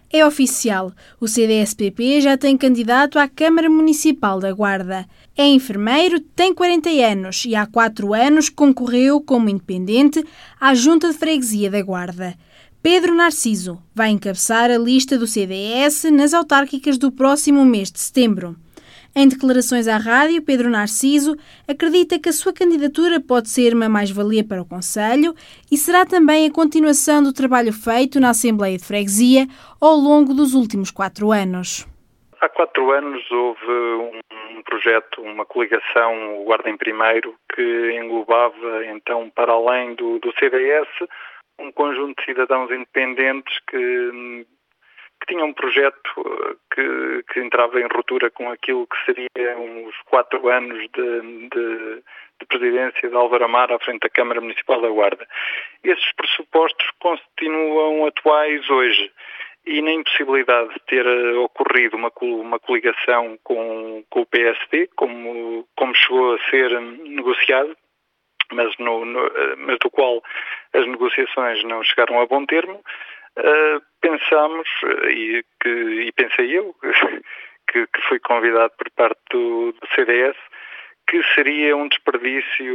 É oficial, o CDS-PP já tem candidato à Câmara Municipal da Guarda. É enfermeiro, tem 40 anos e há 4 anos concorreu como independente à Junta de Freguesia da Guarda. Pedro Narciso vai encabeçar a lista do CDS nas autárquicas do próximo mês de setembro. Em declarações à rádio, Pedro Narciso acredita que a sua candidatura pode ser uma mais-valia para o concelho e será também a continuação do trabalho feito na Assembleia de Freguesia ao longo dos últimos 4 anos. Há 4 anos houve um projeto, uma coligação, o Guarda em Primeiro, que englobava, então, para além do CDS, um conjunto de cidadãos independentes que tinha um projeto que entrava em ruptura com aquilo que seriam os 4 anos de presidência de Álvaro Amar à frente da Câmara Municipal da Guarda. Esses pressupostos continuam atuais hoje e na impossibilidade de ter ocorrido uma coligação com o PSD, como chegou a ser negociado, mas do qual as negociações não chegaram a bom termo, pensámos, e pensei eu, que fui convidado por parte do CDS, que seria um desperdício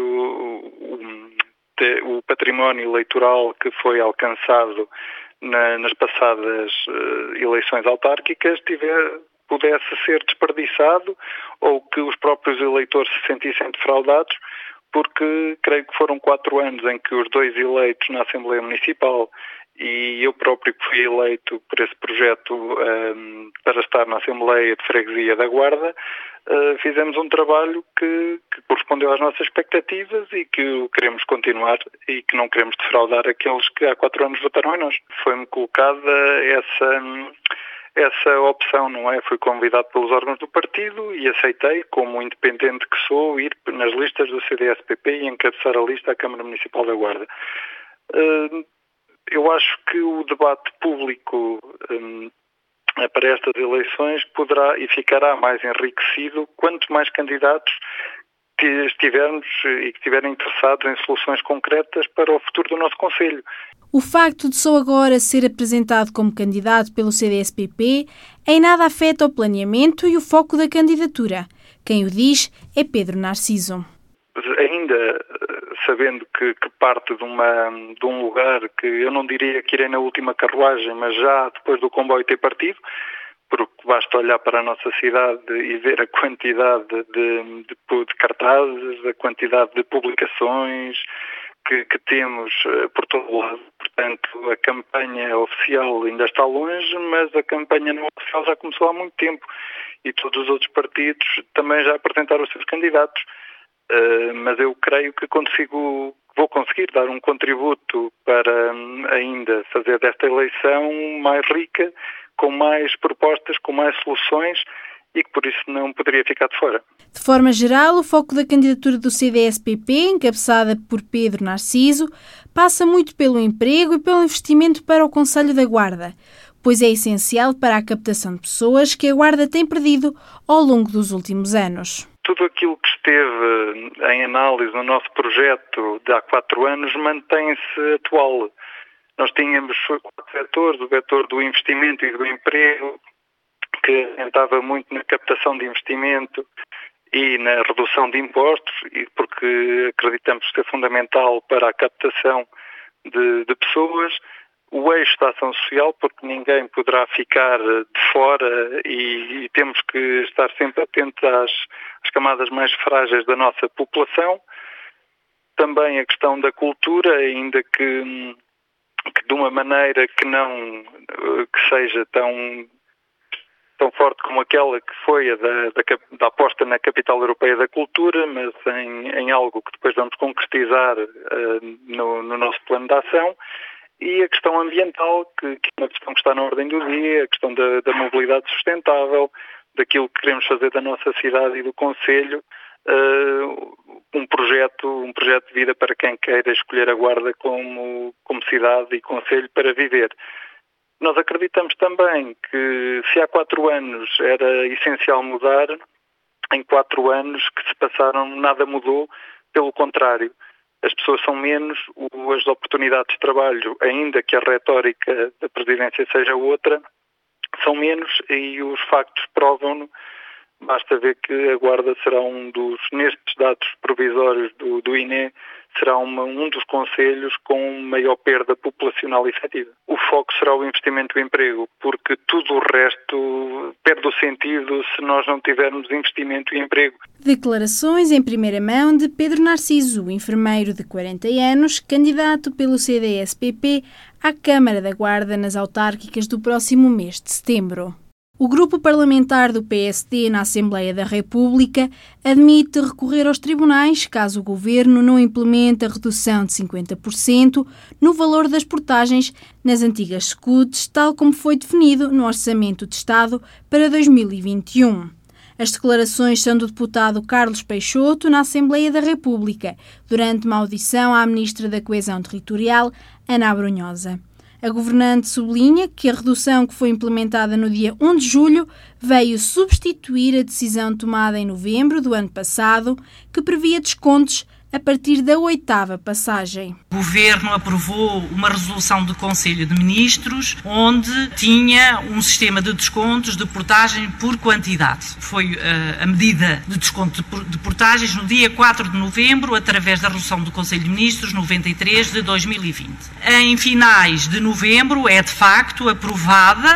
o património eleitoral que foi alcançado nas passadas eleições autárquicas pudesse ser desperdiçado ou que os próprios eleitores se sentissem defraudados, porque creio que foram 4 anos em que os 2 eleitos na Assembleia Municipal e eu próprio que fui eleito por esse projeto para estar na Assembleia de Freguesia da Guarda, fizemos um trabalho que correspondeu às nossas expectativas e que queremos continuar e que não queremos defraudar aqueles que há 4 anos votaram em nós. Foi-me colocada essa opção, não é? Fui convidado pelos órgãos do partido e aceitei, como independente que sou, ir nas listas do CDS-PP e encabeçar a lista à Câmara Municipal da Guarda. Eu acho que o debate público para estas eleições poderá e ficará mais enriquecido quanto mais candidatos que estivermos e que estiverem interessados em soluções concretas para o futuro do nosso concelho. O facto de só agora ser apresentado como candidato pelo CDS-PP em nada afeta o planeamento e o foco da candidatura. Quem o diz é Pedro Narciso. Ainda sabendo que parte de um lugar que eu não diria que irei na última carruagem, mas já depois do comboio ter partido, porque basta olhar para a nossa cidade e ver a quantidade de cartazes, a quantidade de publicações que temos por todo o lado. Portanto, a campanha oficial ainda está longe, mas a campanha não oficial já começou há muito tempo e todos os outros partidos também já apresentaram os seus candidatos. Mas eu creio que vou conseguir dar um contributo para ainda fazer desta eleição mais rica, com mais propostas, com mais soluções e que por isso não poderia ficar de fora. De forma geral, o foco da candidatura do CDS-PP, encabeçada por Pedro Narciso, passa muito pelo emprego e pelo investimento para o Concelho da Guarda, pois é essencial para a captação de pessoas que a Guarda tem perdido ao longo dos últimos anos. Tudo aquilo que esteve em análise no nosso projeto de há 4 anos mantém-se atual. Nós tínhamos 4 vetores, o vetor do investimento e do emprego, que assentava muito na captação de investimento e na redução de impostos, e porque acreditamos ser fundamental para a captação de pessoas. O eixo da ação social, porque ninguém poderá ficar de fora e temos que estar sempre atentos às camadas mais frágeis da nossa população. Também a questão da cultura, ainda que de uma maneira que seja tão forte como aquela que foi a da aposta na Capital Europeia da Cultura, mas em algo que depois vamos concretizar no nosso plano de ação. E a questão ambiental, que é uma questão que está na ordem do dia, a questão da mobilidade sustentável, daquilo que queremos fazer da nossa cidade e do concelho, um projeto de vida para quem queira escolher a Guarda como cidade e concelho para viver. Nós acreditamos também que se há 4 anos era essencial mudar, em 4 anos que se passaram nada mudou, pelo contrário. As pessoas são menos, as oportunidades de trabalho, ainda que a retórica da presidência seja outra, são menos e os factos provam-no. Basta ver que a Guarda será nestes dados provisórios do INE, será um dos concelhos com maior perda populacional efetiva. O foco será o investimento e o emprego, porque tudo o resto perde o sentido se nós não tivermos investimento e emprego. Declarações em primeira mão de Pedro Narciso, enfermeiro de 40 anos, candidato pelo CDS-PP à Câmara da Guarda nas autárquicas do próximo mês de setembro. O grupo parlamentar do PSD na Assembleia da República admite recorrer aos tribunais caso o governo não implemente a redução de 50% no valor das portagens nas antigas SCUTs, tal como foi definido no Orçamento de Estado para 2021. As declarações são do deputado Carlos Peixoto na Assembleia da República, durante uma audição à Ministra da Coesão Territorial, Ana Abrunhosa. A governante sublinha que a redução que foi implementada no dia 1 de julho veio substituir a decisão tomada em novembro do ano passado, que previa descontos a partir da 8ª passagem. O Governo aprovou uma resolução do Conselho de Ministros onde tinha um sistema de descontos de portagem por quantidade. Foi a medida de desconto de portagens no dia 4 de novembro, através da resolução do Conselho de Ministros 93 de 2020. Em finais de novembro é de facto aprovada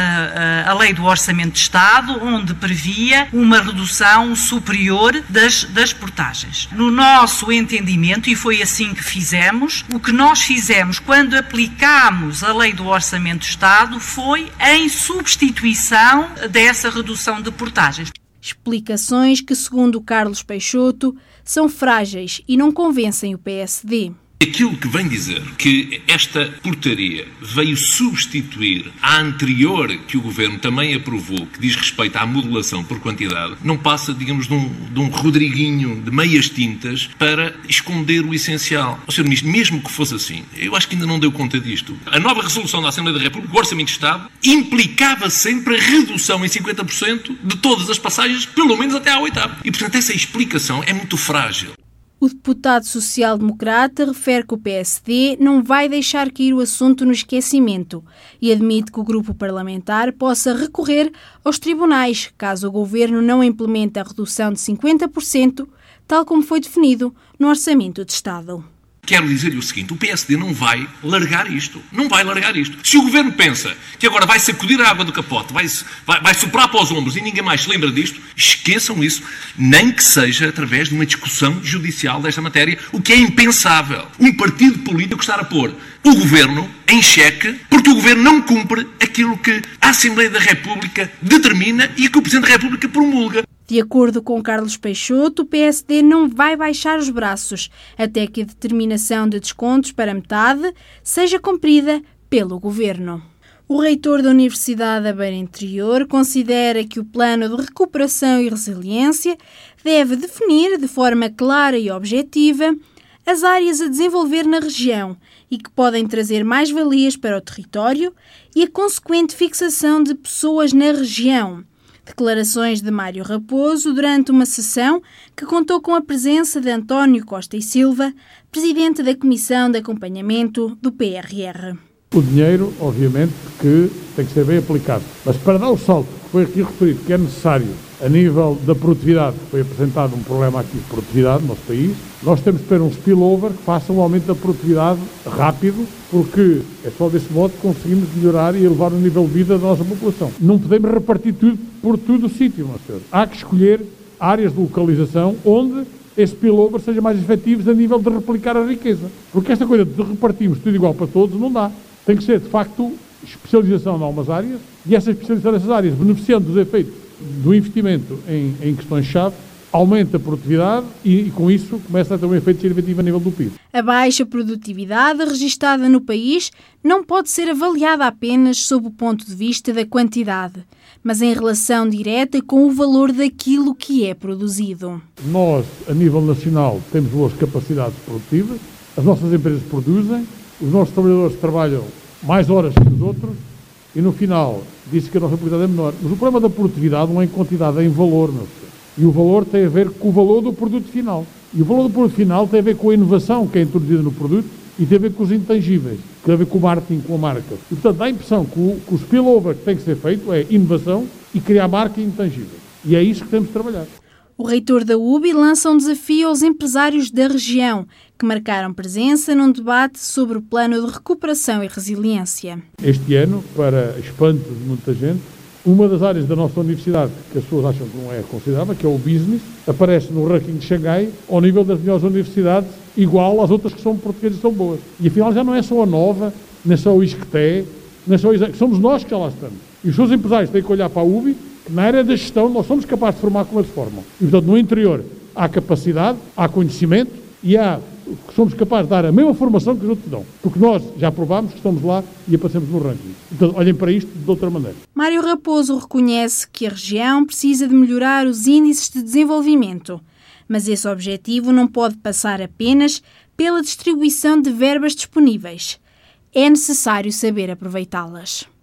a Lei do Orçamento de Estado, onde previa uma redução superior das portagens. No nosso entendimento, e foi assim que fizemos, o que nós fizemos quando aplicámos a Lei do Orçamento de Estado foi em substituição dessa redução de portagens. Explicações que, segundo Carlos Peixoto, são frágeis e não convencem o PSD. Aquilo que vem dizer que esta portaria veio substituir a anterior que o Governo também aprovou, que diz respeito à modulação por quantidade, não passa, digamos, de um Rodriguinho de meias tintas para esconder o essencial. Sr. Ministro, mesmo que fosse assim, eu acho que ainda não deu conta disto. A nova resolução da Assembleia da República, o Orçamento de Estado, implicava sempre a redução em 50% de todas as passagens, pelo menos até à 8ª. E, portanto, essa explicação é muito frágil. O deputado social-democrata refere que o PSD não vai deixar cair o assunto no esquecimento e admite que o grupo parlamentar possa recorrer aos tribunais caso o governo não implemente a redução de 50%, tal como foi definido no Orçamento de Estado. Quero dizer-lhe o seguinte, o PSD não vai largar isto. Não vai largar isto. Se o Governo pensa que agora vai sacudir a água do capote, vai soprar para os ombros e ninguém mais se lembra disto, esqueçam isso, nem que seja através de uma discussão judicial desta matéria, o que é impensável. Um partido político estar a pôr o Governo em xeque porque o Governo não cumpre aquilo que a Assembleia da República determina e que o Presidente da República promulga. De acordo com Carlos Peixoto, o PSD não vai baixar os braços até que a determinação de descontos para metade seja cumprida pelo Governo. O reitor da Universidade da Beira Interior considera que o Plano de Recuperação e Resiliência deve definir de forma clara e objetiva as áreas a desenvolver na região e que podem trazer mais valias para o território e a consequente fixação de pessoas na região. Declarações de Mário Raposo durante uma sessão que contou com a presença de António Costa e Silva, presidente da Comissão de Acompanhamento do PRR. O dinheiro, obviamente, que tem que ser bem aplicado. Mas para dar o salto que foi aqui referido, que é necessário a nível da produtividade, foi apresentado um problema aqui de produtividade no nosso país, nós temos que ter um spillover que faça um aumento da produtividade rápido, porque é só desse modo que conseguimos melhorar e elevar o nível de vida da nossa população. Não podemos repartir tudo por todo o sítio, meus senhores. Há que escolher áreas de localização onde esse spillover seja mais efetivo a nível de replicar a riqueza. Porque esta coisa de repartirmos tudo igual para todos não dá. Tem que ser, de facto, especialização em algumas áreas e essa especialização nessas áreas, beneficiando dos efeitos do investimento em questões-chave, aumenta a produtividade e com isso começa a ter um efeito significativo a nível do PIB. A baixa produtividade registada no país não pode ser avaliada apenas sob o ponto de vista da quantidade, mas em relação direta com o valor daquilo que é produzido. Nós, a nível nacional, temos boas capacidades produtivas, as nossas empresas produzem, os nossos trabalhadores trabalham mais horas que os outros e no final diz que a nossa produtividade é menor. Mas o problema da produtividade não é em quantidade, é em valor, meu senhor. E o valor tem a ver com o valor do produto final. E o valor do produto final tem a ver com a inovação que é introduzida no produto e tem a ver com os intangíveis, tem a ver com o marketing, com a marca. E, portanto, dá a impressão que o spillover que tem que ser feito é inovação e criar marca intangível. E é isso que temos de trabalhar. O reitor da UBI lança um desafio aos empresários da região, que marcaram presença num debate sobre o plano de recuperação e resiliência. Este ano, para espanto de muita gente, uma das áreas da nossa universidade, que as pessoas acham que não é considerável, que é o business, aparece no ranking de Xangai ao nível das melhores universidades, igual às outras que são portuguesas e são boas. E afinal já não é só a Nova, nem só o ISCTE, nem só o somos nós que já lá estamos. E os seus empresários têm que olhar para a UBI, que na área da gestão nós somos capazes de formar como eles formam. E, portanto, no interior há capacidade, há conhecimento e somos capazes de dar a mesma formação que os outros dão. Porque nós já provámos que estamos lá e aparecemos no ranking. Então, olhem para isto de outra maneira. Mário Raposo reconhece que a região precisa de melhorar os índices de desenvolvimento. Mas esse objetivo não pode passar apenas pela distribuição de verbas disponíveis. É necessário saber aproveitá-las.